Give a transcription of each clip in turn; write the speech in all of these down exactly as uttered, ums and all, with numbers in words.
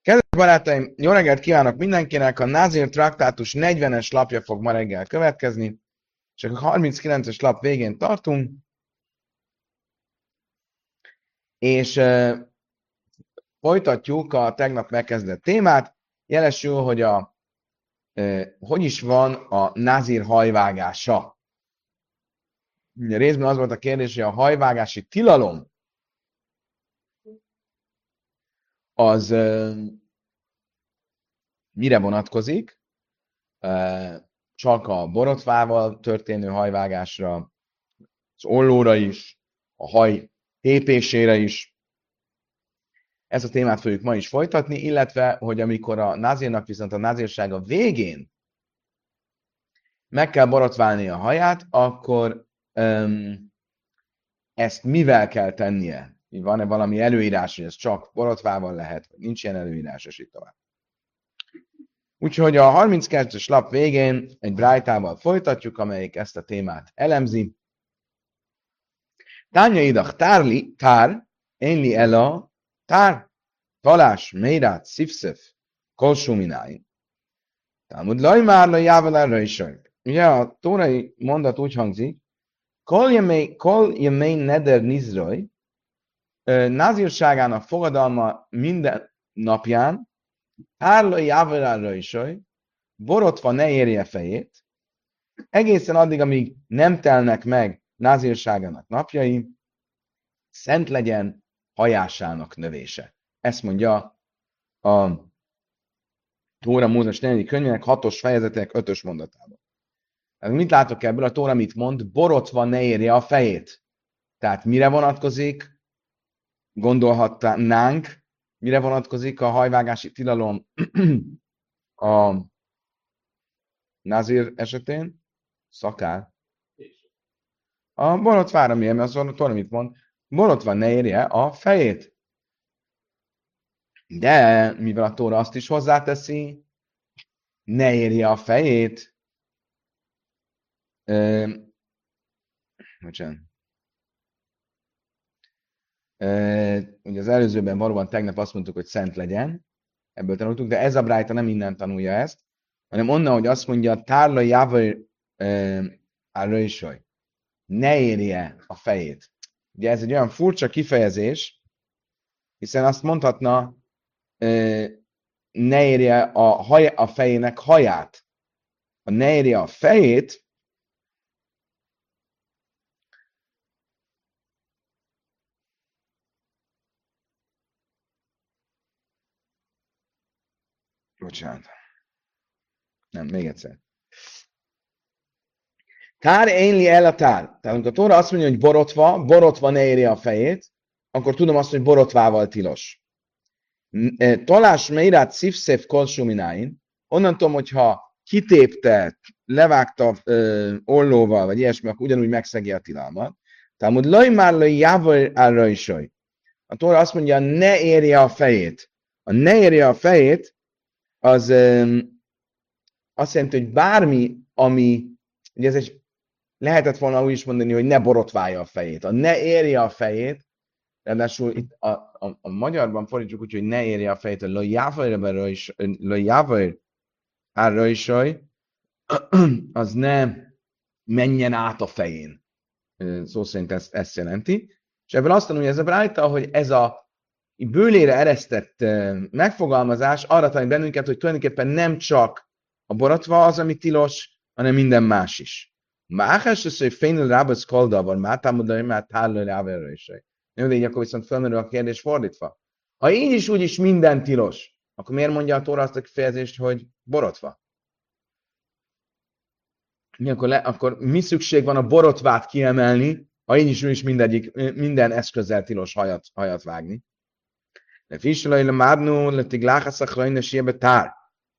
Kedves barátaim, jó reggelt kívánok mindenkinek! A Názir traktátus negyvenes lapja fog ma reggel következni, és a harminckilences lap végén tartunk, és uh, folytatjuk a tegnap megkezdett témát. Jelesül, hogy a, uh, hogy is van a Názir hajvágása. Ugye részben az volt a kérdés, hogy a hajvágási tilalom az uh, mire vonatkozik, csak a borotvával történő hajvágásra, az ollóra is, a haj tépésére is. Ezt a témát fogjuk ma is folytatni, illetve, hogy amikor a názírnak viszont a názírsága végén meg kell borotválni a haját, akkor um, ezt mivel kell tennie? Van-e valami előírás, hogy ez csak borotvával lehet, vagy nincs ilyen előírás, és így tovább. Úgyhogy a harminckettes lap végén egy brájtával folytatjuk, amelyik ezt a témát elemzi. Tánya idach tárli, tár, énli ela, tár, talás, mérát, szifszef, kolsumináj. Talmud laj már laj jával erre is. Ugye a tórai mondat úgy hangzik, kol jemein neder nizraj, názírságának fogadalma minden napján, Hárla jáverára is, borotva ne érje fejét, egészen addig, amíg nem telnek meg názírságának napjai, szent legyen hajásának növése. Ezt mondja a Tóra Mózes negyedik könyvének hatos fejezetek ötös mondatában. Tehát mit látok ebből? A Tóra mit mond? Borotva ne érje a fejét. Tehát mire vonatkozik? Gondolhatnánk, mire vonatkozik a hajvágási tilalom a názír esetén? Szakál. A borotvára miért? Mert az Tóra mit mond? Borotva ne érje a fejét. De, mivel a Tóra azt is hozzáteszi, ne érje a fejét. Ö, bocsánat. Ö, ugye az előzőben valóban tegnap azt mondtuk, hogy szent legyen, ebből tanultuk, de ez a brájta nem innen tanulja ezt, hanem onnan, hogy azt mondja, tárla jávor a röjsoj. Ne érje a fejét. Ugye ez egy olyan furcsa kifejezés, hiszen azt mondhatna, ne érje a, haj, a fejének haját. Ha ne érje a fejét, bocsánat. Nem, még egyszer. Tár énli el a tár. Tehát amikor a Tóra azt mondja, hogy borotva, borotva ne érje a fejét, akkor tudom azt, hogy borotvával tilos. Talás meirát szívszép kolsumináin, onnan tudom, hogyha kitépte, levágta ö, ollóval, vagy ilyesmi, akkor ugyanúgy megszegi a tilalmat. Tehát, hogy laj már laj jávor arra is. A Tóra azt mondja, ne érje a fejét. A ne érje a fejét, az ö, azt jelenti, hogy bármi, ami, ugye ez egy, lehetett volna úgy is mondani, hogy ne borotválja a fejét. A ne érje a fejét, ráadásul itt a, a, a magyarban fordítjuk úgy, hogy ne érje a fejét, hogy lo jávor arra is, az ne menjen át a fején. Szó szerint ezt, ezt jelenti. És ebből azt tanulja ez a brájta, hogy ez a bőlére eresztett megfogalmazás arra tanít bennünket, hogy tulajdonképpen nem csak a borotva az, ami tilos, hanem minden más is. Máhás az, hogy fényül rábasz koldavar, mátámodai, már tárlő ráverre is. Jó, de így akkor viszont felmerül a kérdés fordítva. Ha így is úgy is minden tilos, akkor miért mondja a Tóra azt a kifejezést, hogy borotva? Mi akkor, le, akkor mi szükség van a borotvát kiemelni, ha így is úgy is mindegyik, minden eszközzel tilos hajat, hajat vágni? De fiselaj le mádnó, le tigláhaszakra, siebe tár.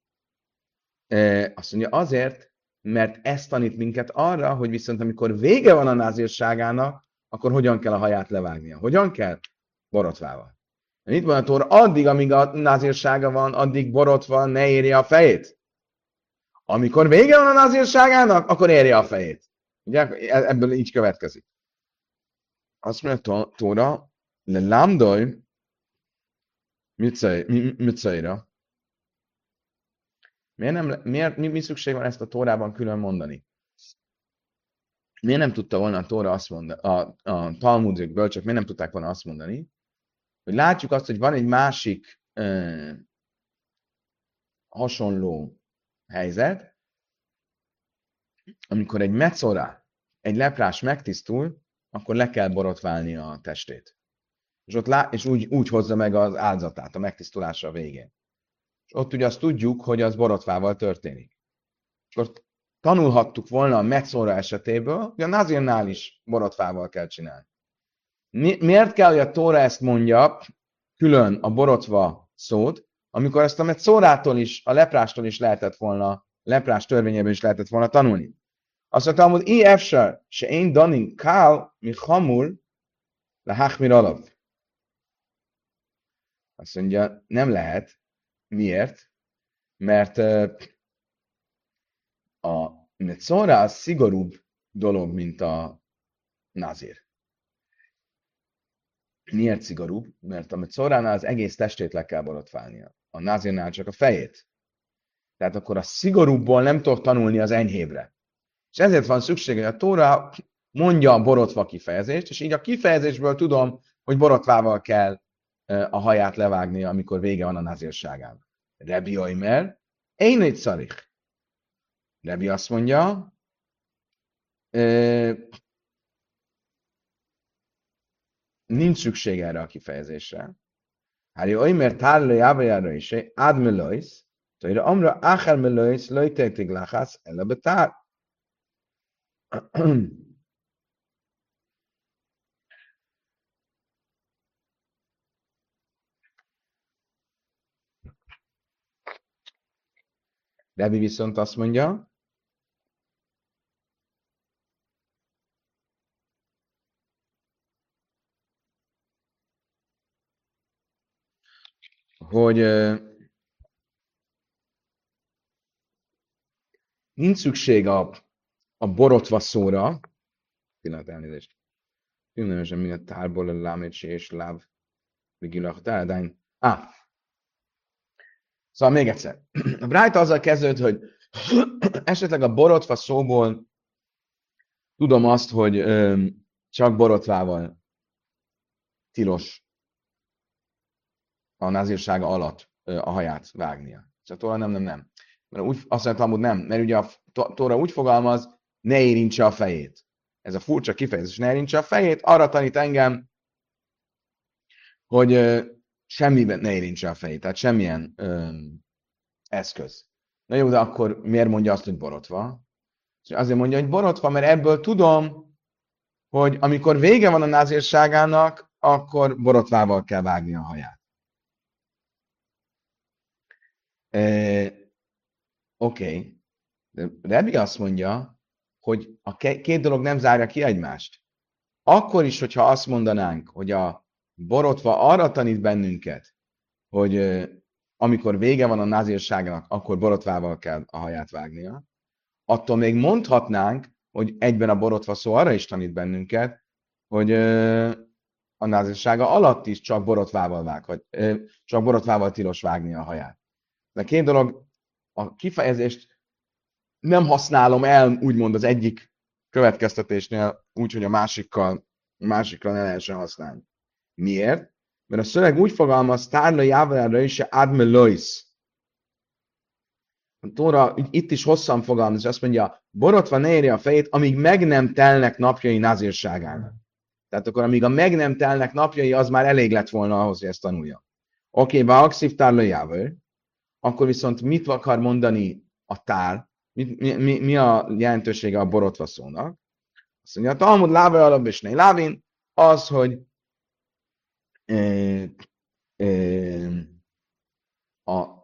Azt mondja azért, mert ez tanít minket arra, hogy viszont amikor vége van a názírságának, akkor hogyan kell a haját levágnia? Hogyan kell? Borotvával. Itt van a Tóra, addig, amíg a názírsága van, addig borotva ne érje a fejét. Amikor vége van a názírságának, akkor érje a fejét. Ugye? Ebből így következik. Azt mondja a Tóra, le lámdoj, Mützaira. Miért nem, miért, mi, mi szükség van ezt a Tórában külön mondani? Miért nem tudta volna a Tóra azt mondani, a, a Talmudjuk bölcsök miért nem tudták volna azt mondani, hogy látjuk azt, hogy van egy másik eh, hasonló helyzet, amikor egy mecora, egy leprás megtisztul, akkor le kell borotválni a testét. És, ott lá- és úgy, úgy hozza meg az áldozatát a megtisztulása végén. És ott ugye azt tudjuk, hogy az borotvával történik. És akkor tanulhattuk volna a mecora esetéből, hogy a nazirnál is borotvával kell csinálni. Mi- miért kell, hogy a Tóra ezt mondja, külön a borotva szót, amikor ezt a metszórától is, a leprástól is lehetett volna, leprás törvényében is lehetett volna tanulni. Azt mondtam, hogy i efsar, se én danin kál, mi hamul, le hachmir alav. Azt mondja, nem lehet. Miért? Mert uh, a metszóra az szigorúbb dolog, mint a nazir. Miért szigorúbb? Mert a metszóránál az egész testét le kell borotválnia. A nazirnál csak a fejét. Tehát akkor a szigorúbbból nem tudok tanulni az enyhébre. És ezért van szükség, hogy a Tóra mondja a borotva kifejezést, és így a kifejezésből tudom, hogy borotvával kell a haját levágnia, amikor vége van a nazírságának. Rebi Oimer, én egy szarich. Rebi azt mondja, nincs szükség erre a kifejezésre. Hári Oimer tárlő jávajára is, ád melősz, tóira amra áhel melősz, lőjtétig láhász, ele betár. Rebi viszont azt mondja, hogy uh, nincs szükség a, a borotva szóra, pillanat elnézést, különösen minél tárból a lámécsi és láv vigilach tárdány. Á, szóval még egyszer. A Brájta azzal kezdődött, hogy esetleg a borotva szóból tudom azt, hogy ö, csak borotvával tilos a nazírsága alatt ö, a haját vágnia. Szóval nem, nem, nem. Mert úgy, azt mondtam, hogy nem, mert ugye a Tóra úgy fogalmaz, ne érintse a fejét. Ez a furcsa kifejezés, ne érintse a fejét, arra tanít engem, hogy ö, semmiben ne érintse a fejét, tehát semmilyen ö, eszköz. Na jó, de akkor miért mondja azt, hogy borotva? Azért mondja, hogy borotva, mert ebből tudom, hogy amikor vége van a názírságának, akkor borotvával kell vágni a haját. E, Oké. Okay. De Rebi azt mondja, hogy a két dolog nem zárja ki egymást. Akkor is, hogyha azt mondanánk, hogy a borotva arra tanít bennünket, hogy amikor vége van a názírságának, akkor borotvával kell a haját vágnia, attól még mondhatnánk, hogy egyben a borotva szó arra is tanít bennünket, hogy a názírsága alatt is csak borotvával vág, vagy csak borotvával tilos vágni a haját. De két dolog, a kifejezést nem használom el, úgymond az egyik következtetésnél, úgy, hogy a másikkal, a másikra ne lehessen használni. Miért? Mert a szöveg úgy fogalmaz, tárla jávára is se adme lois. A Tóra itt is hosszan fogalmaz, és azt mondja, borotva ne érje a fejét, amíg meg nem telnek napjai názírságának. Tehát akkor, amíg a meg nem telnek napjai, az már elég lett volna ahhoz, hogy ezt tanulja. Oké, okay, vaakszív tárla jávör, akkor viszont mit akar mondani a tár? Mi, mi, mi, mi a jelentősége a borotva szónak? Azt mondja, a Talmud láva alap és ne lávin, az, hogy e, e, a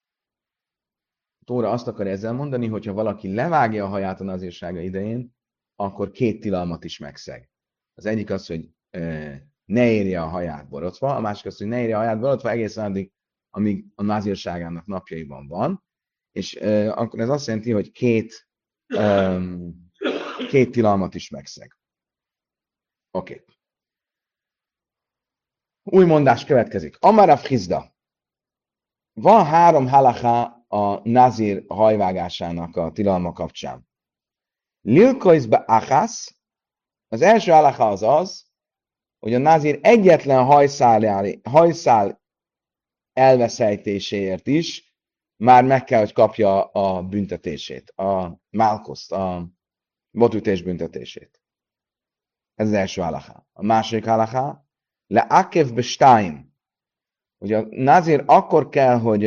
Tóra azt akar ezzel mondani, hogyha valaki levágja a haját a nazírsága idején, akkor két tilalmat is megszeg. Az egyik az, hogy e, ne érje a haját borotva, a másik az, hogy ne érje a haját borotva egészen addig, amíg a nazírságának napjaiban van, és e, akkor ez azt jelenti, hogy két, e, két tilalmat is megszeg. Oké. Okay. Új mondás következik. Amarav Hizda. Van három halaká a nazír hajvágásának a tilalma kapcsán. Lilkoizbe achasz, az első halaká az az, hogy a nazír egyetlen hajszál, hajszál elveszejtéséért is már meg kell, hogy kapja a büntetését, a málkoszt, a botütés büntetését. Ez az első halaká. A második halaká, le akev bestáim, hogy a nazír akkor kell, hogy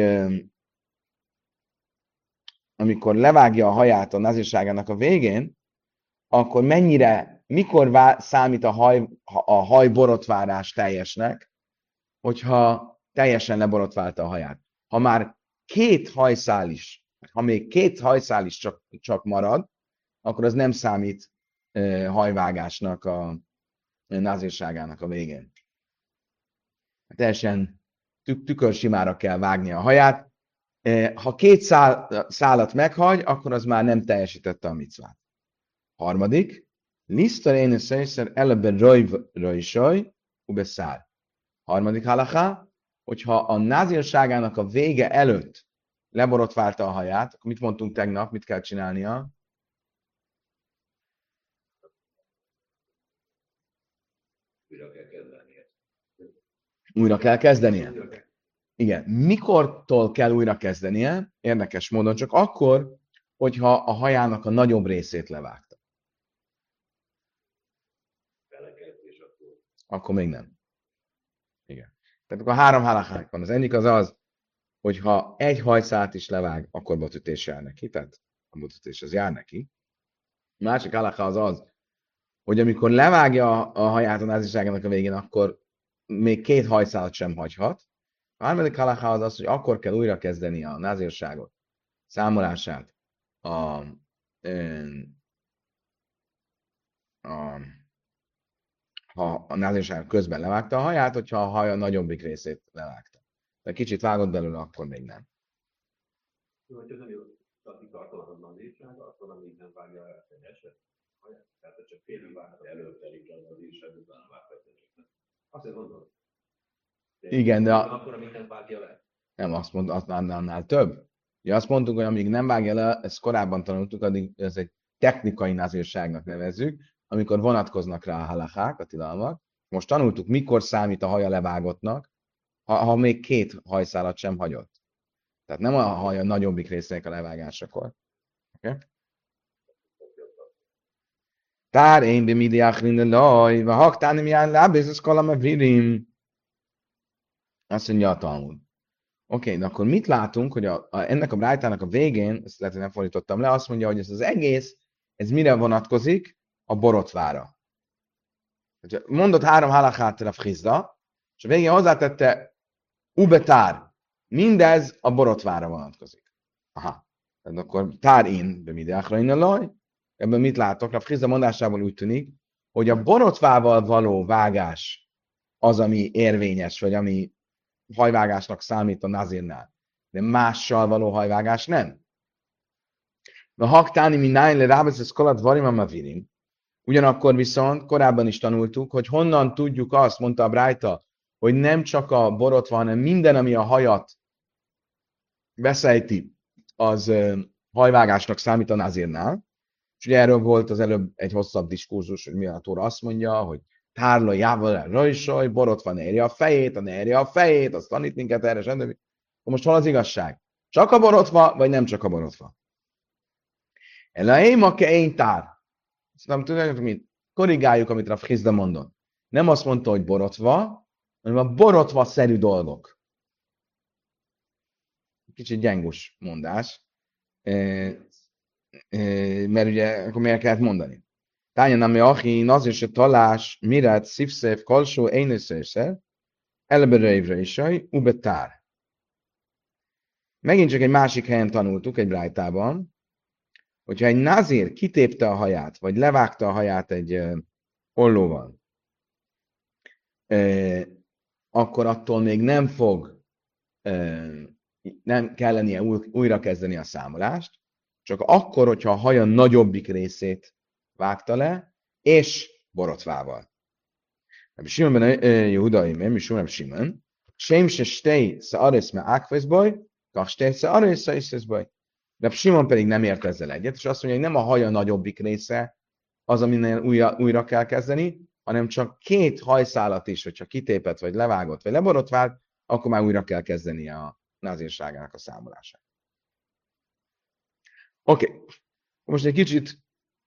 amikor levágja a haját a nazírságának a végén, akkor mennyire, mikor vá- számít a haj, a haj borotvárás teljesnek, hogyha teljesen leborotválta a haját. Ha már két hajszál is, ha még két hajszál is csak, csak marad, akkor az nem számít uh, hajvágásnak a nazírságának a végén. Teljesen tük- tükörsimára kell vágni a haját. Uh, ha két szál, szálat meghagy, akkor az már nem teljesítette a micvát. Harmadik, lisztar én összeiszer elebe rajsaj, ubeszár. Harmadik halaká, hogyha a názírságának a vége előtt leborotválta a haját, akkor mit mondtunk tegnap, mit kell csinálnia? Újra kell kezdenie. Újra kell kezdenie. Igen. Mikortól kell újra kezdenie? Érdekes módon csak akkor, hogyha a hajának a nagyobb részét levágta. Belekezd, akkor... Akkor még nem. Igen. Tehát akkor három halakák van. Az egyik az az, hogy ha egy hajszát is levág, akkor botütés jár neki, tehát a botütés az jár neki. A másik halaka az az, hogy amikor levágja a haját a náziságának a végén, akkor még két hajszálat sem hagyhat. A harmadik halaka az az, hogy akkor kell újra kezdeni a názírságot, számolását, a, a ha a názírság közben levágta a haját, hogyha a haja nagyobbik részét levágta. De kicsit vágott belőle, akkor még nem. Jó, hogy ez nem jó, addig tartanak a názírság, akkor amíg nem vágja el egy eset. Tehát csak félig vágta előtt elég a názírság, utána vágta egy Azért gondolom. Igen, de a... akkor, amíg nem vágja le. Nem, azt mondta, azt már annál több. Ja, azt mondtuk, hogy amíg nem vágja le, ezt korábban tanultuk, addig ez egy technikai názírságnak nevezzük, amikor vonatkoznak rá a halakák, a tilalmak. Most tanultuk, mikor számít a haja levágottnak, ha, ha még két hajszálat sem hagyott. Tehát nem a haja nagyobbik részének a levágásakor. Oké? Okay? Tár én be midi achrinde laj, va haktánim jár lábész, az kalam a virim. Azt mondja a Talmud. Oké, okay, de akkor mit látunk, hogy a, a, ennek a brájtának a végén, ezt lehet, hogy nem fordítottam le, azt mondja, hogy ez az egész, ez mire vonatkozik? A borotvára. Mondott három halakát a frizda, és a végén hozzátette ubetár. Mindez a borotvára vonatkozik. Aha. Tehát akkor tár in, de mideákra in a laj. Ebben mit látok? A frizda mondásából úgy tűnik, hogy a borotvával való vágás az, ami érvényes, vagy ami hajvágásnak számít a nazírnál. De mással való hajvágás nem. A haktáni mi nájle rábesz ez kolat varim virim. Ugyanakkor viszont korábban is tanultuk, hogy honnan tudjuk azt, mondta a Brájta, hogy nem csak a borotva, hanem minden, ami a hajat beszejti, az uh, hajvágásnak számít a nazírnál. És ugye erről volt az előbb egy hosszabb diskurzus, hogy mi a Tóra azt mondja, hogy tárla jával rajsaj, borotva ne érje a fejét, a ne érje a fejét, azt tanít minket erre, stb. Most hol az igazság? Csak a borotva, vagy nem csak a borotva? Elaim a kein tár. Szóval tudjátok mit? Korrigáljuk, amit Rav Hizda mondott. Nem azt mondta, hogy borotva, hanem a borotva-szerű dolgok. Kicsit gyengus mondás. E, e, mert ugye, akkor miért kellett mondani? Tányan, ami achi, nazir se talás, mirat, szívszév, kalsó, énőszérszer, elberejvre isaj, ubetár. Megint csak egy másik helyen tanultuk, egy brájtában, hogyha egy nazír kitépte a haját, vagy levágta a haját egy uh, ollóval, uh, akkor attól még nem fog, uh, nem kell lennie új, újra kezdeni a számolást, csak akkor, hogyha a haja nagyobbik részét vágta le, és borotvával. Nem Simonben Jehudai, nem Simon, Simon. Sém se stej szarész me ákvészbaj, kak stej szarész szarészbaj. De Simon pedig nem ért ezzel egyet, és azt mondja, hogy nem a haja nagyobbik része az, aminél újra, újra kell kezdeni, hanem csak két hajszálat is, hogyha kitépett, vagy levágott, vagy leborotvált, akkor már újra kell kezdeni a názírságának a számolását. Oké, okay. Most egy kicsit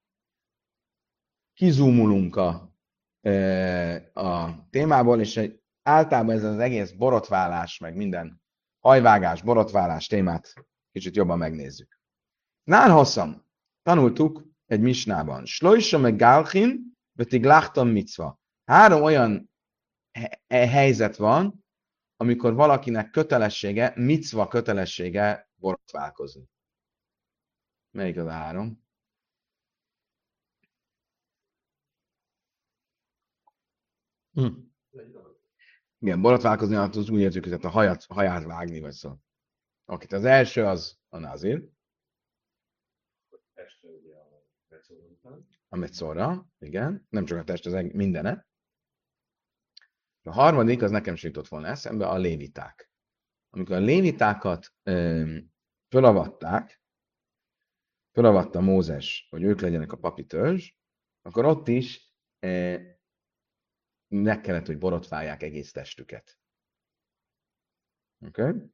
kizúmulunk a, a témából, és egy, általában ez az egész borotválás, meg minden hajvágás, borotválás témát kicsit jobban megnézzük. Nál hosszan tanultuk egy misnában. Slojsa meg gálchin, vetig láchtam micva. Három olyan he- helyzet van, amikor valakinek kötelessége, micva kötelessége borotválkozni. Melyik az a három? Hm. Igen, borotválkozni, hát az úgy értjük, hogy a hajat, haját vágni, vagy szó. Oké, az első az a nazir. A metszóra, igen. Nem csak a test, az mindene. A harmadik, az nekem sem jutott volna eszembe, a léviták. Amikor a lévitákat ö, fölavatták, fölavatta Mózes, hogy ők legyenek a papi törzs, akkor ott is ö, meg kellett, hogy borotválják egész testüket. Oké? Okay?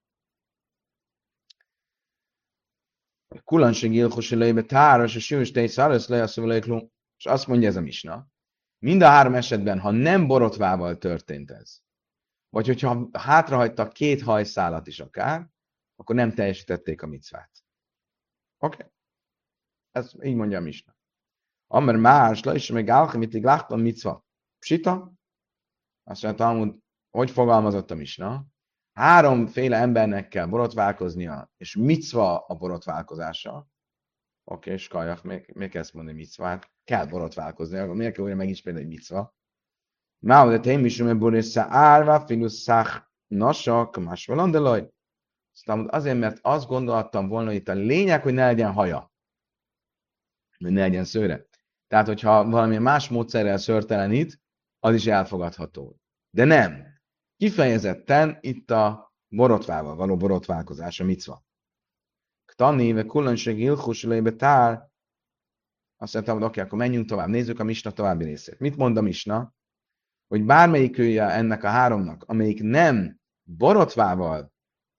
Kulanség ilchosi lejbe táros, és jövős tej szárasz lejaszoló, és azt mondja ez a misna. Mind a három esetben, ha nem borotvával történt ez, vagy hogyha hátrahagytak két hajszálat is akár, akkor nem teljesítették a micvát. Oké? Okay? Ez így mondja a misna. Ammer más, le is meg álchemitig láttam micva. Psita? Azt mondja, Talmud, hogy fogalmazott a misna? Háromféle embernek kell borotválkoznia, és micva a borotválkozása. Oké, okay, és kajak, még, még ezt mondani micvát. Kell borotválkozni, akkor miért kell újra megismerni, hogy micva? Máu, de te is mert borésza árva, filusszák, nasak, más valandelaj. Aztán azért, mert azt gondoltam volna, hogy itt a lényeg, hogy ne legyen haja. Hogy ne legyen szőre. Tehát, hogyha valamilyen más módszerrel szőrtelenít, az is elfogadható. De nem. Kifejezetten itt a borotvával való borotválkozás, a micva. Tanéve kullanség ilchusulébe tár, azt mondtam, hogy oké, akkor menjünk tovább, nézzük a misna további részét. Mit mond a misna? Hogy bármelyik ője ennek a háromnak, amelyik nem borotvával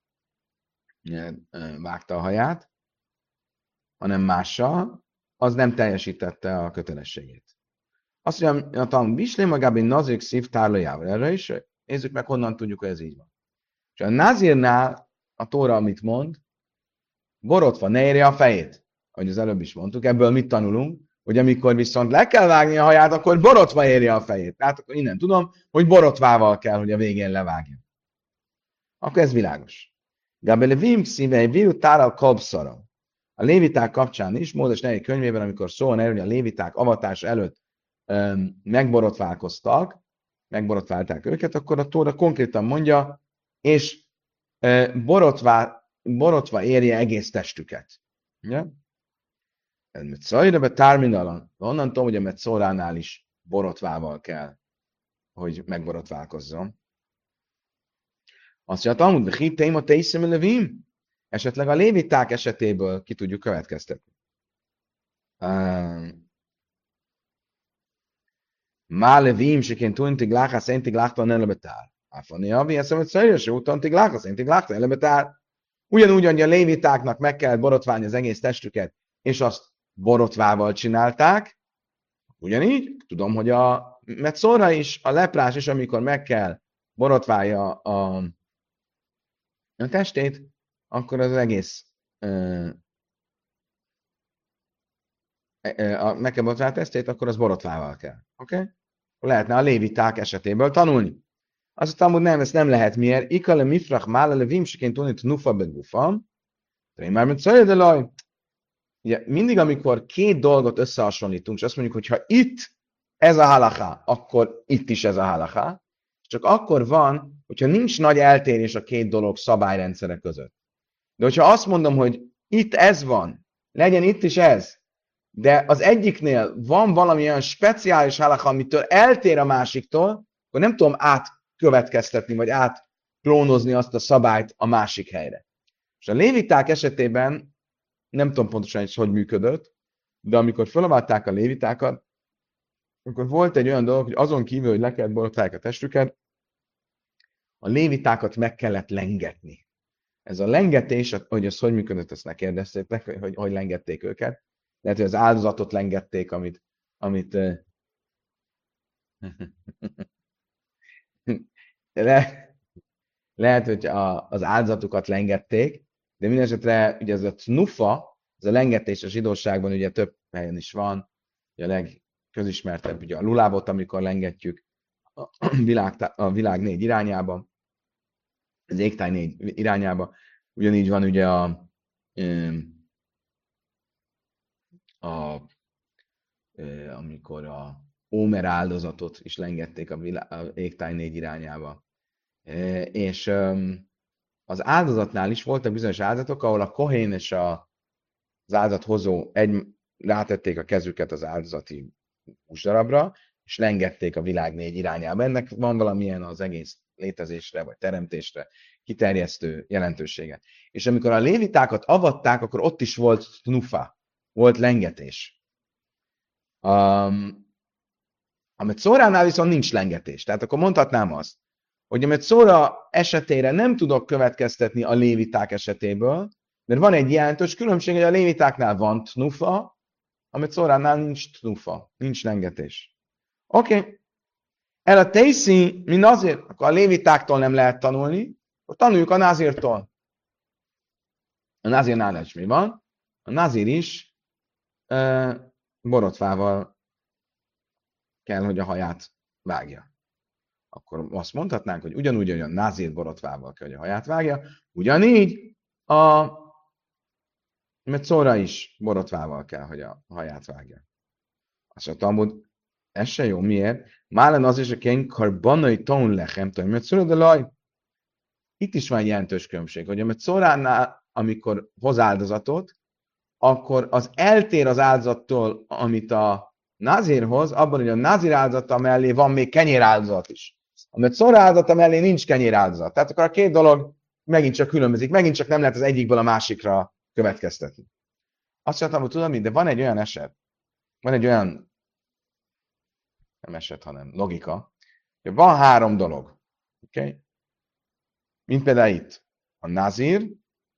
vágta a haját, hanem mással, az nem teljesítette a kötelességét. Azt mondja, a tanul, Bislé magább egy nazik szív tárlójával. Erre is nézzük meg, honnan tudjuk, hogy ez így van. És a nazirnál a Tóra, amit mond, borotva ne érje a fejét. Ahogy az előbb is mondtuk, ebből mit tanulunk? Hogy amikor viszont le kell vágni a haját, akkor borotva érje a fejét. Tehát akkor innen tudom, hogy borotvával kell, hogy a végén levágja. Akkor ez világos. Gabelevim szívei viu táral kabszara. A léviták kapcsán is, Mózes nehéz könyvében, amikor szó van erről, hogy a léviták avatás előtt um, megborotválkoztak, megborotválták őket, akkor a Tóra konkrétan mondja, és uh, borotva, borotva érje egész testüket. Ja? Ez Metszóra be tárminalan. Onnan tudom, hogy a Metszóránál is borotvával kell, hogy megborotválkozzon. Azt mondja, Talmud, de hit téma teiszem levim? Esetleg a léviták esetéből ki tudjuk következtetni. Má levim, siként tuntig láha, szentig láhtan elebetár. Áfani avi, eszem, hogy szerjes útontig láha, szentig láhtan elebetár. Ugyanúgy, hogy a lévitáknak meg kellett borotválni az egész testüket, és azt borotvával csinálták, ugyanígy, tudom, hogy a metszóra is, a leprás is, amikor meg kell borotválja a, a testét, akkor az egész uh, uh, meg kell borotválni a testét, akkor az borotvával kell. Oké? Okay? Lehetne a léviták esetéből tanulni. Aztán hogy nem, ezt nem lehet. Miért? Ikale mifrach mála levim, siként tunit nufa begufam. Már mint szoljadelaj. Ugye mindig, amikor két dolgot összehasonlítunk, és azt mondjuk, hogy ha itt ez a halaká, akkor itt is ez a halaká, csak akkor van, hogyha nincs nagy eltérés a két dolog szabályrendszere között. De hogyha azt mondom, hogy itt ez van, legyen itt is ez, de az egyiknél van valami olyan speciális halaká, amitől eltér a másiktól, akkor nem tudom átkövetkeztetni, vagy át klónozni azt a szabályt a másik helyre. És a léviták esetében, nem tudom pontosan, hogy hogy működött, de amikor felavatták a lévitákat, akkor volt egy olyan dolog, hogy azon kívül, hogy le kellett borotválják a testüket, a lévitákat meg kellett lengetni. Ez a lengetés, hogy ez hogy működött, ezt ne kérdeztétek, hogy hogy lengették őket. Lehet, hogy az áldozatot lengették, amit, amit le, lehet, hogy a, az áldozatukat lengették, de mindesetre ugye ez a tnufa, ez a lengetés a zsidóságban ugye több helyen is van, ugye a legközismertebb ugye a lulávot, amikor lengetjük a világ, a világ négy irányába, az égtáj négy irányába, ugyanígy van ugye a, a, a amikor a Ómer áldozatot is lengették a, világ, a égtáj négy irányába. És az áldozatnál is voltak bizonyos áldozatok, ahol a kohén és a, az áldozathozó egy, rátették a kezüket az áldozati húsdarabra, és lengették a világ négy irányába. Ennek van valamilyen az egész létezésre, vagy teremtésre kiterjesztő jelentősége. És amikor a lévitákat avatták, akkor ott is volt tnufa, volt lengetés. Um, a Metszóránál viszont nincs lengetés. Tehát akkor mondhatnám azt, hogy a Metszóra esetére nem tudok következtetni a léviták esetéből, mert van egy jelentős különbség, hogy a lévitáknál van tnufa, a Metszóránál nincs tnufa, nincs lengetés. Oké. Okay. El a Tészi, mi nazir, akkor a lévitáktól nem lehet tanulni, akkor tanuljuk a nazírtól. A nazírnál is mi van? A nazír is uh, borotvával kell, hogy a haját vágja. Akkor azt mondhatnánk, hogy ugyanúgy, hogy a nazír borotvával kell, hogy a haját vágja, ugyanígy a Metszóra is borotvával kell, hogy a haját vágja. Azt mondtam, hogy ez se jó. Miért? Málen az is, hogy én karbanai taun lechem, tudom, Metszóra, de laj. Itt is van egy jelentős különbség, hogy a Metszóránál, amikor hoz áldozatot, akkor az eltér az áldozattól, amit a nazír hoz, abban, hogy a nazír áldozata mellé van még kenyéráldozat is. A Metszóra áldozata mellé nincs kenyéráldozat. Tehát akkor a két dolog megint csak különbözik, megint csak nem lehet az egyikből a másikra következtetni. Azt mondtam, hogy tudom, de van egy olyan eset, van egy olyan, nem eset, hanem logika, hogy van három dolog, oké? Okay? Mint például itt a nazír,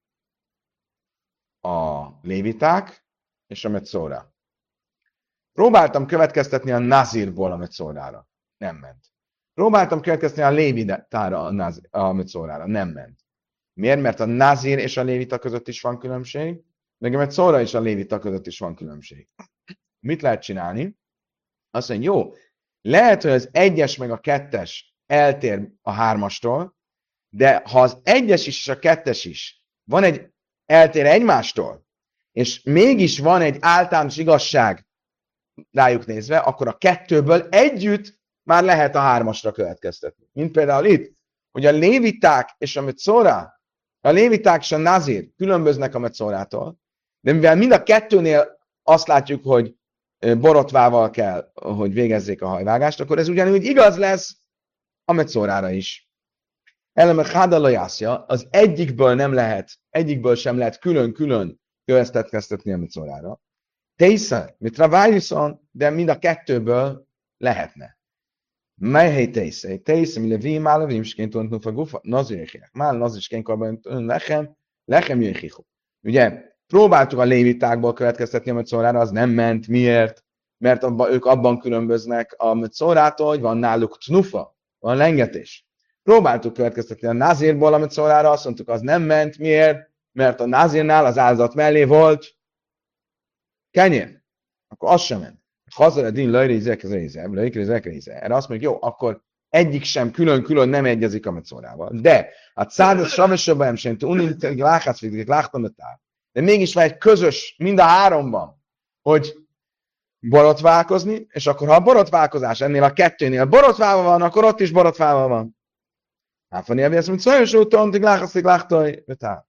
a léviták és a Metszóra. Próbáltam következtetni a nazírból a Metszórára. Nem ment. Próbáltam következtetni a lévitára a, nazir, a Metszórára. Nem ment. Miért? Mert a nazír és a lévita között is van különbség, meg a Metszóra és a lévita között is van különbség. Mit lehet csinálni? Azt mondja, jó, lehet, hogy az egyes meg a kettes eltér a hármastól, de ha az egyes is és a kettes is van egy eltér egymástól, és mégis van egy általános igazság rájuk nézve, akkor a kettőből együtt már lehet a hármasra következtetni. Mint például itt, hogy a léviták és a Metszóra, a léviták és a nazír különböznek a Metszórától, de mivel mind a kettőnél azt látjuk, hogy borotvával kell, hogy végezzék a hajvágást, akkor ez ugyanúgy igaz lesz a Metszórára is. Eleme hádalajászja, az egyikből nem lehet, egyikből sem lehet külön-külön következtetni a Metszórára. Tésza, mit ravájuszon, de mind a kettőből lehetne. Melyhely tésza? Tésza, mi levi, mála, vimsként tudunk a gufa, nazirjékják. Mála, nazirjékként korban lechem, lechem jöjjékhu. Ugye, próbáltuk a lévitákból következtetni a Metszórára, az nem ment. Miért? Mert abba, ők abban különböznek a Metszórától, hogy van náluk tnufa, van lengetés. Próbáltuk következtetni a nazírból a Metszórára, azt mondtuk, az nem ment. Miért? Mert a nazírnál az áldozat mellé volt kenyér. Akkor az sem ment. Hazar a din lajri zekréze, lajri zekréze. Erre azt mondjuk, jó, akkor egyik sem külön-külön nem egyezik a Metszórával. De a cádas savesabban sem unintig láhász, vagy láttam a tár. De mégis van egy közös, mind a háromban, hogy borotválkozni, és akkor ha a borotválkozás ennél a kettőnél borotválva van, akkor ott is borotválva van. Hát van ilyen, hogy azt mondja, hogy szajos úton, hogy láhász, hogy láttam a tár.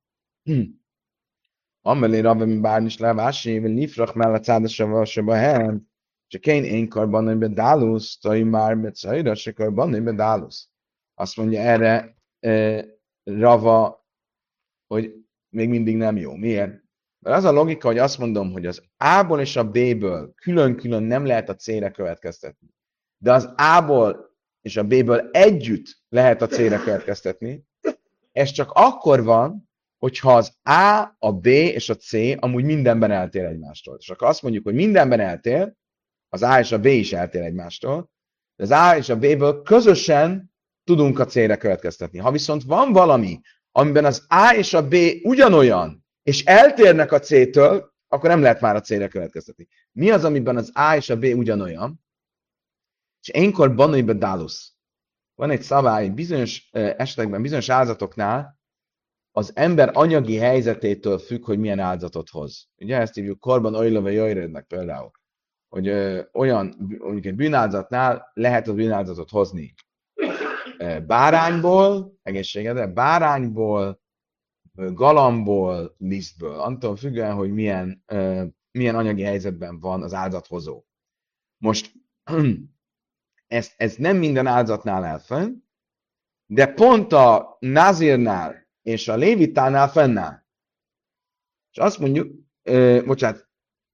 Amelé rabbi mi bár is levási, vagy nifrach mellett cádas savasabban, csak én én karban, hogy bedálusz, tai már Metszóra, se karban, hogy bedálusz. Azt mondja erre e, Rava, hogy még mindig nem jó. Miért? Mert az a logika, hogy azt mondom, hogy az A-ból és a B-ből külön-külön nem lehet a C-re következtetni. De az A-ból és a B-ből együtt lehet a C-re következtetni. Ez csak akkor van, hogyha az A, a B és a C amúgy mindenben eltér egymástól. És akkor azt mondjuk, hogy mindenben eltér, az A és a B is eltér egymástól, de az A és a B-ből közösen tudunk a C-re következtetni. Ha viszont van valami, amiben az A és a B ugyanolyan, és eltérnek a C-től, akkor nem lehet már a C-re következtetni. Mi az, amiben az A és a B ugyanolyan? És énkor banaibe dalus. Van egy szabály, bizonyos esetekben, bizonyos áldozatoknál az ember anyagi helyzetétől függ, hogy milyen áldozatot hoz. Ugye ezt hívjuk korban oilove jöjrednek például, hogy ö, olyan, mondjuk egy bűnáldozatnál lehet a bűnáldozatot hozni ö, bárányból, egészségedre, bárányból, ö, galambból, lisztből, attól függően, hogy milyen, ö, milyen anyagi helyzetben van az áldozathozó. Most ez, ez nem minden áldozatnál áll fenn, de pont a Nazirnál és a Lévitánál fennáll. És azt mondjuk, ö, bocsánat,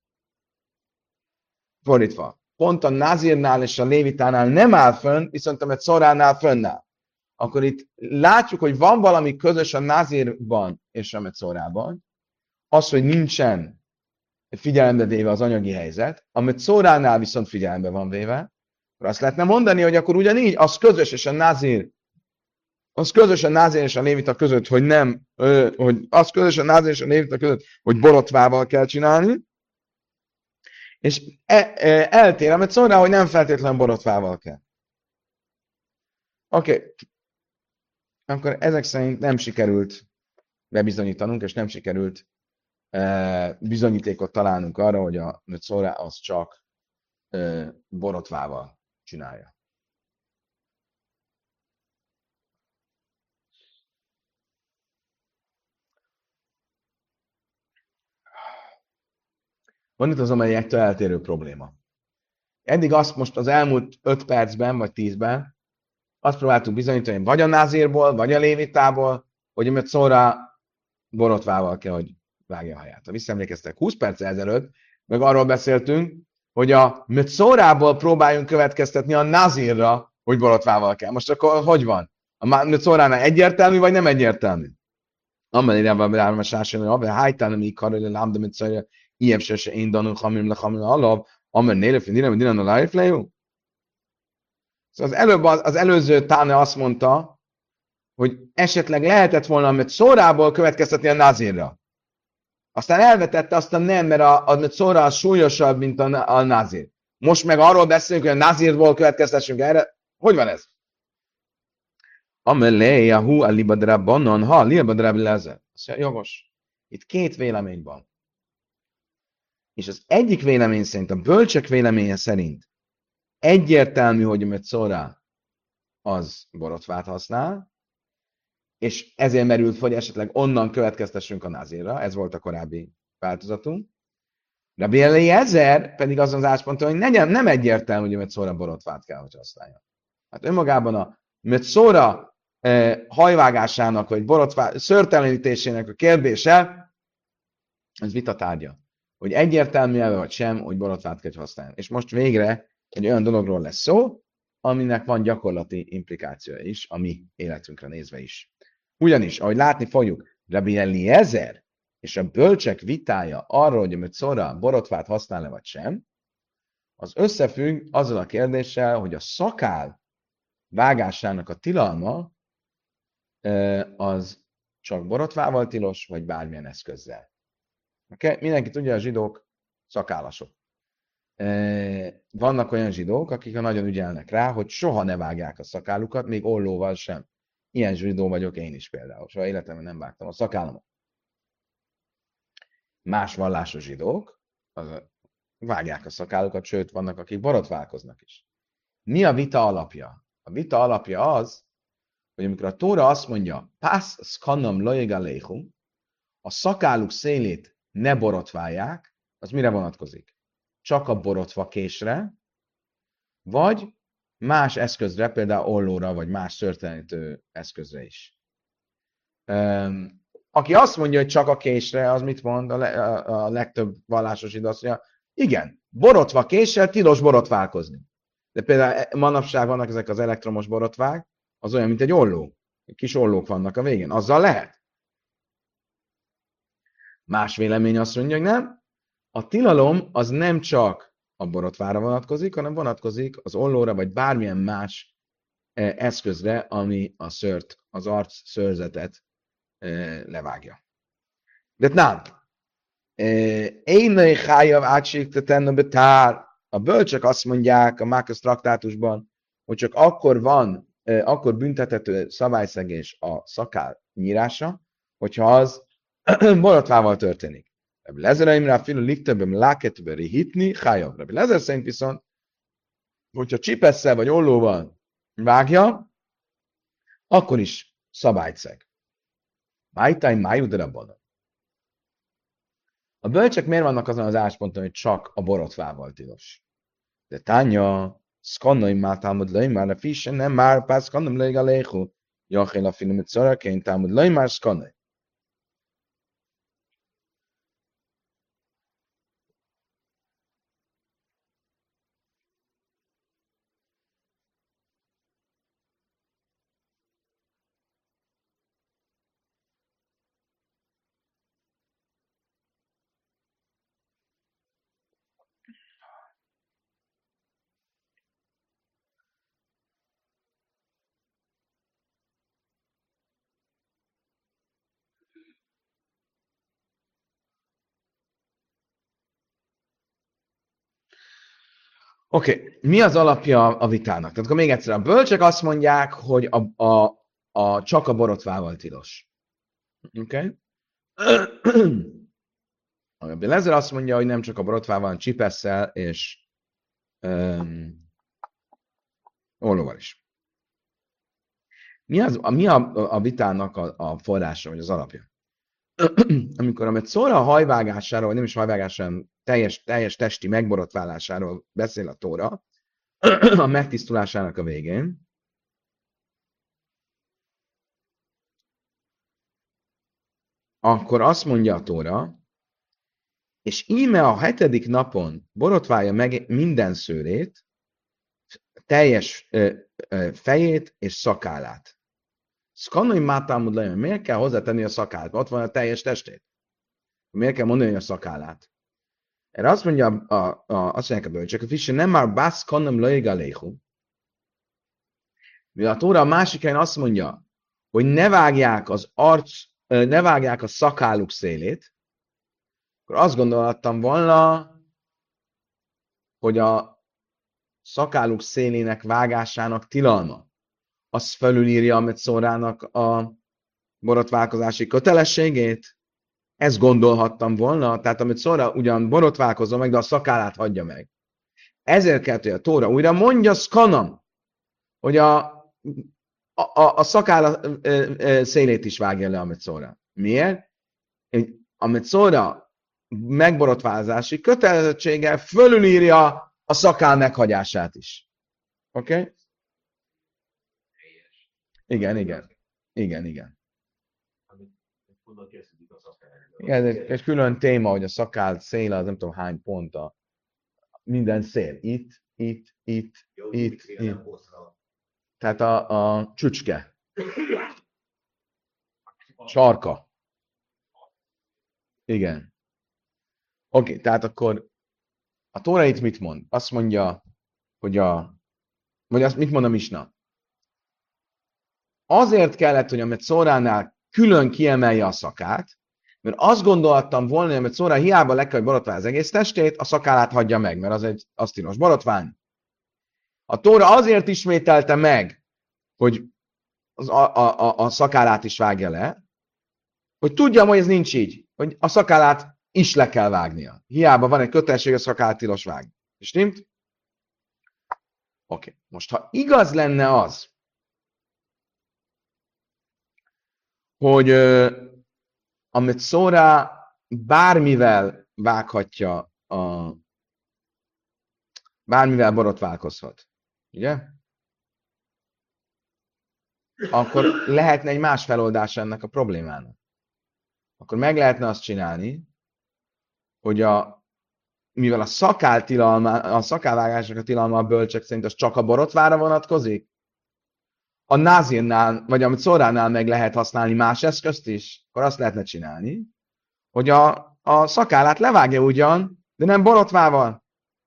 fordítva, pont a Nazirnál és a Lévitánál nem áll fönn, viszont a Metszoránál fönnáll. Akkor itt látjuk, hogy van valami közös a Nazirban és a Metszorában, az, hogy nincsen figyelembe véve az anyagi helyzet, a Metszoránál viszont figyelembe van véve, akkor azt lehetne mondani, hogy akkor ugyanígy az közös és a Nazir az közös a Názir és a Lévita között, hogy nem, hogy az közös a Názir és a Lévita között, hogy borotvával kell csinálni, és e, e, eltér, amit szól rá, hogy nem feltétlenül borotvával kell. Oké. Okay. Akkor ezek szerint nem sikerült bebizonyítanunk, és nem sikerült e, bizonyítékot találnunk arra, hogy a Szórá az csak e, borotvával csinálja. Van itt azonban egy ettől eltérő probléma. Eddig azt most az elmúlt öt percben, vagy tízben azt próbáltuk bizonyítani, vagy a Názírból, vagy a Lévitából, hogy amit szóra borotvával kell, hogy vágja a haját. Ha visszaemlékeztek, húsz perc ezelőtt, meg arról beszéltünk, hogy a Metszórából próbáljunk következtetni a Nazírra, hogy borotvával kell. Most akkor hogy van? A Metszóránál egyértelmű, vagy nem egyértelmű? Amelire van rám a sásánő, abban hájtálni, mi karolja, lámda, mint szörje, ilyen se én danul, hamim, le hamim, alav, amer nélef, nélef, nélef, nélef, nélef, nélef, Szóval az, előbb, az előző táne azt mondta, hogy esetleg lehetett volna, mert szórából következtetni a Nazirra. Aztán elvetette, aztán nem, mert a, a szóra az súlyosabb, mint a, a Nazir. Most meg arról beszélünk, hogy a Nazirból következtessünk erre. Hogy van ez? Amelé, a hú, a libadrabbanon, ha, libadrab lezer. Jogos. Itt két vélemény van. És az egyik vélemény szerint, a bölcsek véleménye szerint egyértelmű, hogy a Metszórá az borotvát használ, és ezért merült, hogy esetleg onnan következtessünk a Nazirra, ez volt a korábbi változatunk. Rabbi Eliezer pedig azon az állásponton, hogy nem, nem egyértelmű, hogy a Metszóra borotvát kell, hogy használja. Hát önmagában a Metszóra eh, hajvágásának, vagy borotvá, szőrtelenítésének a kérdése, ez vita tárgya. Hogy egyértelmű vagy sem, hogy borotvát kell használni. És most végre egy olyan dologról lesz szó, aminek van gyakorlati implikációja is, a mi életünkre nézve is. Ugyanis, ahogy látni fogjuk, Rabbi Eliezer és a bölcsek vitája arról, hogy a Metszóra borotvát használ-e vagy sem, az összefügg azzal a kérdéssel, hogy a szakál vágásának a tilalma az csak borotvával tilos, vagy bármilyen eszközzel. Okay? Mindenki tudja, a zsidók szakállasok. Vannak olyan zsidók, akik nagyon ügyelnek rá, hogy soha ne vágják a szakálukat, még ollóval sem. Ilyen zsidó vagyok én is például. Soha életemben nem vágtam a szakállamat. Más vallásos zsidók az vágják a szakálukat, sőt, vannak, akik borotválkoznak is. Mi a vita alapja? A vita alapja az, hogy amikor a Tóra azt mondja, Pász szkannam lojegaléhum, a szakáluk szélét ne borotválják, az mire vonatkozik? Csak a borotva késre, vagy más eszközre, például ollóra, vagy más szőrtelenítő eszközre is. Um, aki azt mondja, hogy csak a késre, az mit mond? A, le, a, a legtöbb vallásos ide azt mondja, igen, borotva késsel tilos borotválkozni. De például manapság vannak ezek az elektromos borotvák, az olyan, mint egy olló. Kis ollók vannak a végén. Azzal lehet. Más vélemény azt mondja, hogy nem. A tilalom az nem csak a borotvára vonatkozik, hanem vonatkozik az ollóra, vagy bármilyen más eh, eszközre, ami a szőrt, az arc szőrzetet eh, levágja. De nem. Én hájav átségtetenne betár. A bölcsök azt mondják a Mákusz traktátusban, hogy csak akkor van, eh, akkor büntethető szabályszegés a szakál nyírása, hogyha az borotvával történik. Rabbi Lezer Imre filu liktöbbem láketbe rihitni, hájav. Rabbi Lezer szerint viszont, hogyha csipesszel vagy ollóval vágja, akkor is szabályt szeg. Májtány májudrabban. A bölcsek miért vannak azon az állásponton, hogy csak a borotvával tilos? De tánya, szkannaim már támad lej, már a fisse, nem már pár szkannaim lej a léhu. Jachel a finom, hogy szaraként támad lej, már szkannaim. Oké, okay. Mi az alapja a vitának? Tehát akkor még egyszer, a bölcsek azt mondják, hogy a, a, a, csak a borotvával tilos. Oké? Okay? A Lezer azt mondja, hogy nem csak a borotvával, hanem csipesszel és um, ollóval is. Mi, az, a, mi a, a vitának a, a forrása, vagy az alapja? Amikor amit szóra a hajvágásáról, vagy nem is hajvágásáról, hanem teljes, teljes testi megborotválásáról beszél a Tóra, a megtisztulásának a végén, akkor azt mondja a Tóra, és íme a hetedik napon borotválja meg minden szőrét, teljes ö, ö, fejét és szakállát. Szkannai mátámud lejön, miért kell hozzátenni a szakállat? Ott van a teljes testét. Miért kell mondani a szakállát? Erre azt mondja, a, a, azt mondják a bölcsök, a fisse nem már bász kannam lejgaléhu. Mivel a Tóra a másik helyen azt mondja, hogy ne vágják az arc, ne vágják a szakálluk szélét, akkor azt gondolhattam volna, hogy a szakálluk szélének vágásának tilalma, az felülírja a metszórának a borotválkozási kötelességét. Ezt gondolhattam volna, tehát amit szóra ugyan borotválkozom meg, de a szakállát hagyja meg. Ezért kell, hogy a Tóra újra mondja szkanam, hogy a, a, a szakáll szélét is vágja le a metszóra. Miért? A metszóra megborotvázási kötelezettsége fölülírja a szakál meghagyását is. Oké? Okay? Igen, igen. Igen, igen. Igen, ez egy külön téma, hogy a szakál szél az nem tudom hány pont a minden szél. Itt, itt, itt, itt, itt. Tehát a, a csücske. Sarka. Igen. Oké, okay, tehát akkor a Tóra itt mit mond? Azt mondja, hogy a... Vagy azt mit mond a Misna? Azért kellett, hogy a Metszóránál külön kiemelje a szakát, mert azt gondoltam volna, hogy a Metszórán hiába le kell, hogy borotválja az egész testét, a szakállát hagyja meg, mert az egy asztinos borotvány. A Tóra azért ismételte meg, hogy az, a, a, a, a szakállát is vágja le, hogy tudjam, hogy ez nincs így, hogy a szakállát is le kell vágnia. Hiába van egy kötelesség, a szakállát tilos vágni. És stimmt? Oké. Okay. Most, ha igaz lenne az, hogy uh, a metszóra bármivel vághatja, a, bármivel borotválkozhat. Ugye? akkor lehetne egy más feloldás ennek a problémának. Akkor meg lehetne azt csinálni, hogy a, mivel a szakál tilalma, a szakálvágásnak a tilalma a bölcsek szerint az csak a borotvára vonatkozik, a názinnál, vagy amit szóránál meg lehet használni más eszközt is, akkor azt lehetne csinálni, hogy a, a szakálát levágja ugyan, de nem borotvával.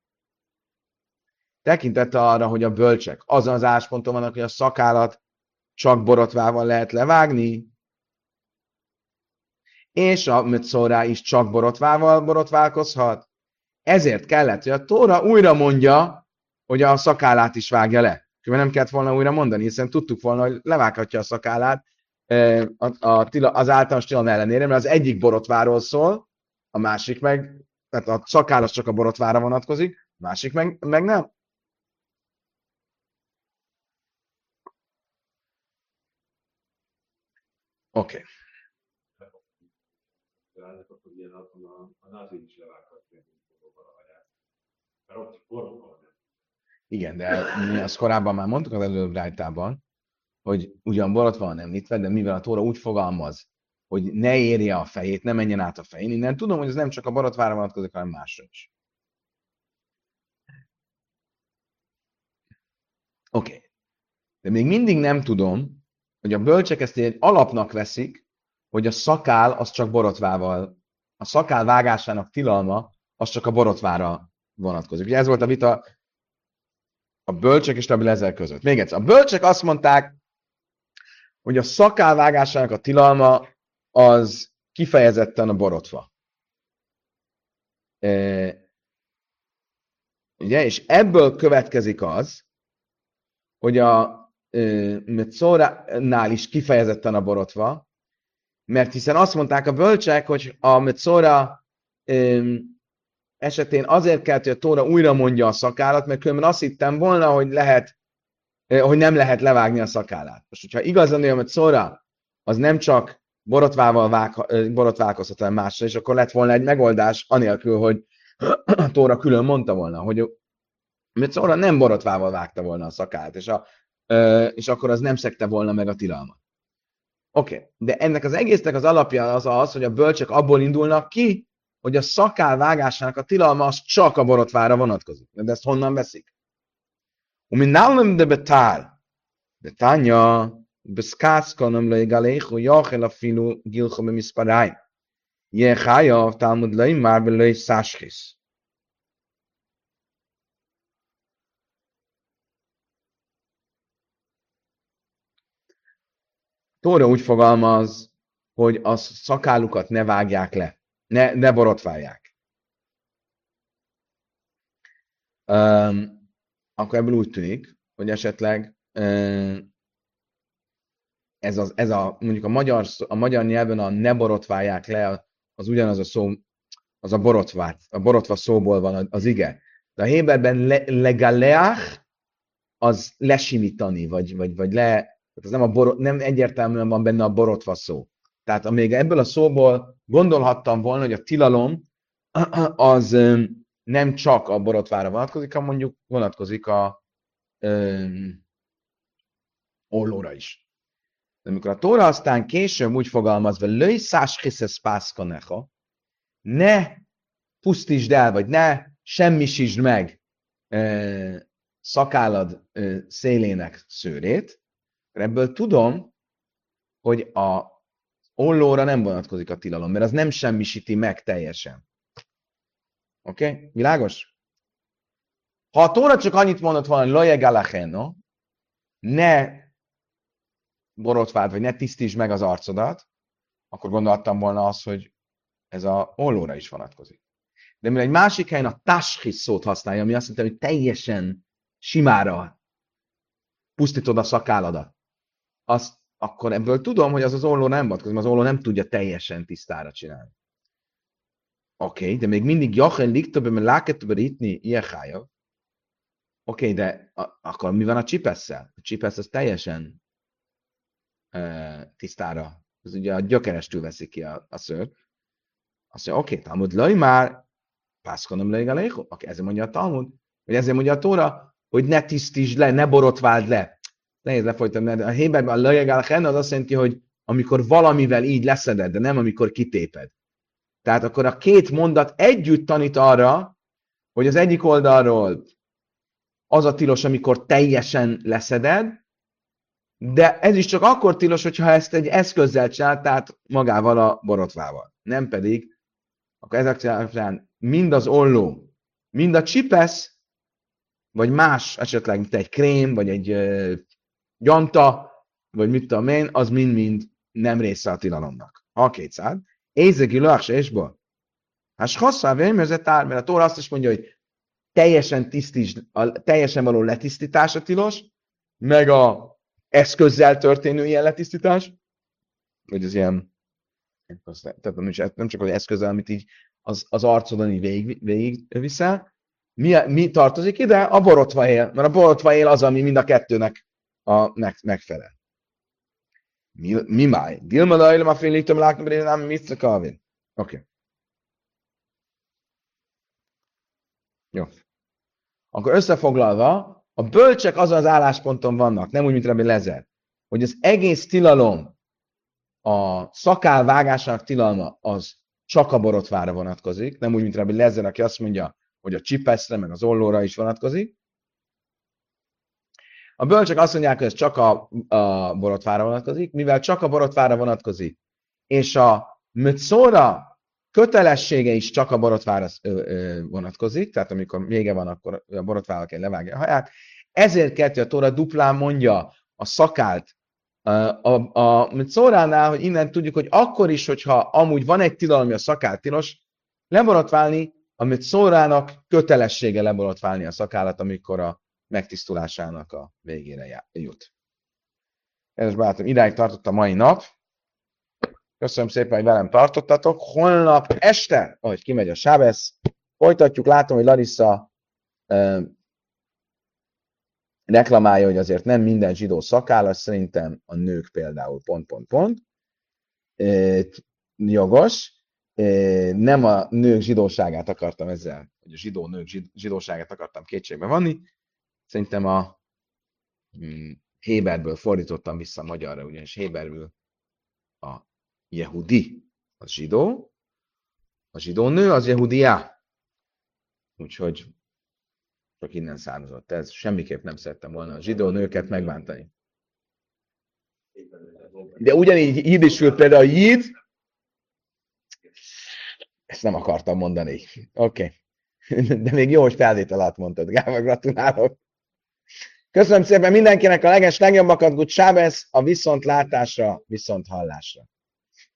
Tekintette arra, hogy a bölcsek azon az állásponton vannak, hogy a szakállat csak borotvával lehet levágni, és a mötszórá is csak borotvával borotválkozhat. Ezért kellett, hogy a Tóra újra mondja, hogy a szakállát is vágja le. Mert nem kellett volna újra mondani, hiszen tudtuk volna, hogy levághatja a szakállát a, a, az általános tilalom ellenére, mert az egyik borotváról szól, a másik meg, tehát a szakáll az csak a borotvára vonatkozik, a másik meg, meg nem. Oké. Igen, de mi azt korábban már mondtuk az előbb rájtában, hogy ugyan borotva van említve, de mivel a Tóra úgy fogalmaz, hogy ne érje a fejét, ne menjen át a fején, innen tudom, hogy ez nem csak a borotvára vonatkozik, hanem másra is. Oké. Okay. De még mindig nem tudom, hogy a bölcsek ezt egy alapnak veszik, hogy a szakál az csak borotvával, a szakál vágásának tilalma az csak a borotvára vonatkozik. Ugye ez volt a vita a bölcsek és a Lezer között. Még egyszer, a bölcsek azt mondták, hogy a szakál vágásának a tilalma az kifejezetten a borotva. E, ugye, és ebből következik az, hogy a e, Metzóránál is kifejezetten a borotva, mert hiszen azt mondták a bölcsek, hogy a Metzóra e, esetén azért kell, hogy a Tóra újra mondja a szakállat, mert különben azt hittem volna, hogy lehet, hogy nem lehet levágni a szakállát. Most, hogyha igaz lenne, hogy Szóra az nem csak borotvával vág, borotválkozhat, hanem másra, és akkor lett volna egy megoldás, anélkül, hogy a Tóra külön mondta volna, hogy Szóra nem borotvával vágta volna a szakállat, és, a, és akkor az nem szegte volna meg a tilalmat. Oké, okay. De ennek az egésznek az alapja az az, hogy a bölcsek abból indulnak ki, hogy a szakál vágásának a tilalma az csak a borotvára vonatkozik. De ezt honnan veszik? ומנהלם דבטל, דתניא, בסקאץ קונם לא יגלח, הוא יאכל אפילו גילחו במספריים. יהיה חייב תלמוד לא ימר ולא יסשחיס. Tóra úgy fogalmaz, hogy a szakállukat ne vágják le, ne, ne borotválják. Um, akkor ebből úgy tűnik, hogy esetleg ez, az, ez a, mondjuk a magyar, a magyar nyelven a ne borotválják le, az ugyanaz a szó, az a borotvát, a borotva szóból van az ige. De a héberben le, legaleach, az lesimítani, vagy, vagy, vagy le, az nem, a borot, nem egyértelműen van benne a borotva szó. Tehát amíg ebből a szóból gondolhattam volna, hogy a tilalom az nem csak a borotvára vonatkozik, hanem mondjuk vonatkozik a öm, ollóra is. De amikor a Tóra aztán később úgy fogalmaz, hogy löj szás hiszesz pászkanecha, ne pusztítsd el, vagy ne semmisítsd meg ö, szakállad ö, szélének szőrét, ebből tudom, hogy a ollóra nem vonatkozik a tilalom, mert az nem semmisíti meg teljesen. Oké? Okay? Világos? Ha a Tóra csak annyit mondott volna, hogy loje galacheno, ne borotváld, vagy ne tisztítsd meg az arcodat, akkor gondoltam volna azt, hogy ez a ollóra is vonatkozik. De mivel egy másik helyen a tashis szót használja, ami azt jelenti, hogy teljesen simára pusztítod a szakálladat, azt akkor ebből tudom, hogy az az olló nem vonatkozik, az olló nem tudja teljesen tisztára csinálni. Oké, okay, de még mindig Jachel liktöbben, mert láketöbben ritni ilyen hájav. Oké, okay, de a, akkor mi van a csipesszel? A csipesz az teljesen e, tisztára. Ez ugye a gyökerestül veszik ki a, a szőrt. Azt mondja, oké, okay, Talmud löj már, pászkonom löj galého. Oké, okay, ezért mondja a Talmud, vagy ezért mondja a Tóra, hogy ne tisztítsd le, ne borotváld le. nehéz lefolytani, de a Héberben a lajegál hen az azt jelenti, hogy amikor valamivel így leszeded, de nem amikor kitéped. Tehát akkor a két mondat együtt tanít arra, hogy az egyik oldalról az a tilos, amikor teljesen leszeded, de ez is csak akkor tilos, hogyha ezt egy eszközzel csinál, tehát magával a borotvával. Nem pedig, akkor ezek alapján mind az olló, mind a csipesz, vagy más, esetleg mint egy krém, vagy egy ö, gyanta, vagy mit tudom én, az mind-mind nem része a tilalomnak. Ha kétszáz, ézegi laks ésból. Hát hosszá vémőzett ár, mert a Tóra azt is mondja, hogy teljesen tisztíts, a teljesen való letisztítás a tilos, meg a eszközzel történő ilyen letisztítás, vagy az ilyen, tehát nem csak az eszközzel, amit így az, az arcodon így végig, végig viszel. Mi, mi tartozik ide? A borotva él, mert a borotva él az, ami mind a kettőnek a meg, megfelel. Mi, mi máj? Dilma lajlom a fénylítom látom, hogy nem mit szakavin. Oké. Jó. Akkor összefoglalva, a bölcsek azon az állásponton vannak, nem úgy, mint Rabbi Lezer, hogy az egész tilalom, a szakál vágásának tilalma, az csak a borotvára vonatkozik, nem úgy, mint Rabbi Lezer, aki azt mondja, hogy a csipeszre, meg az ollóra is vonatkozik. A bölcsek azt mondják, hogy ez csak a, a borotvára vonatkozik, mivel csak a borotvára vonatkozik, és a mötszóra kötelessége is csak a borotvára vonatkozik, tehát amikor vége van, akkor a borotvára kell levágni a haját. Ezért kerti a Tóra duplán mondja a szakált a, a, a mötszóránál, hogy innen tudjuk, hogy akkor is, hogyha amúgy van egy tilalom, ami a szakált tilos, leborotválni, a mötszórának kötelessége leborotválni a szakállat, amikor a megtisztulásának a végére jut. Ez barátom, idáig tartott a mai nap. Köszönöm szépen, hogy velem tartottatok. Holnap este, ahogy kimegy a sábesz, folytatjuk. Látom, hogy Larissa eh, reklamálja, hogy azért nem minden zsidó szakállas, szerintem a nők például pont, pont, pont. Eh, jogos. Eh, nem a nők zsidóságát akartam ezzel, hogy a zsidó nők zsidóságát akartam kétségbe vanni. Szerintem a hmm, Héberből fordítottam vissza magyarra, ugyanis Héberből a Jehudi az zsidó, a zsidó nő az Jehudiá. Úgyhogy csak innen származott ez. Semmiképp nem szerettem volna a zsidó nőket megbántani. De ugyanígy jidisül például a jid, ezt nem akartam mondani. Oké. Okay. De még jó, hogy felvétel alatt mondtad. Gába, gratulálok. Köszönöm szépen mindenkinek a leges legjobbakat, good sábesz, a viszontlátásra, viszont hallásra.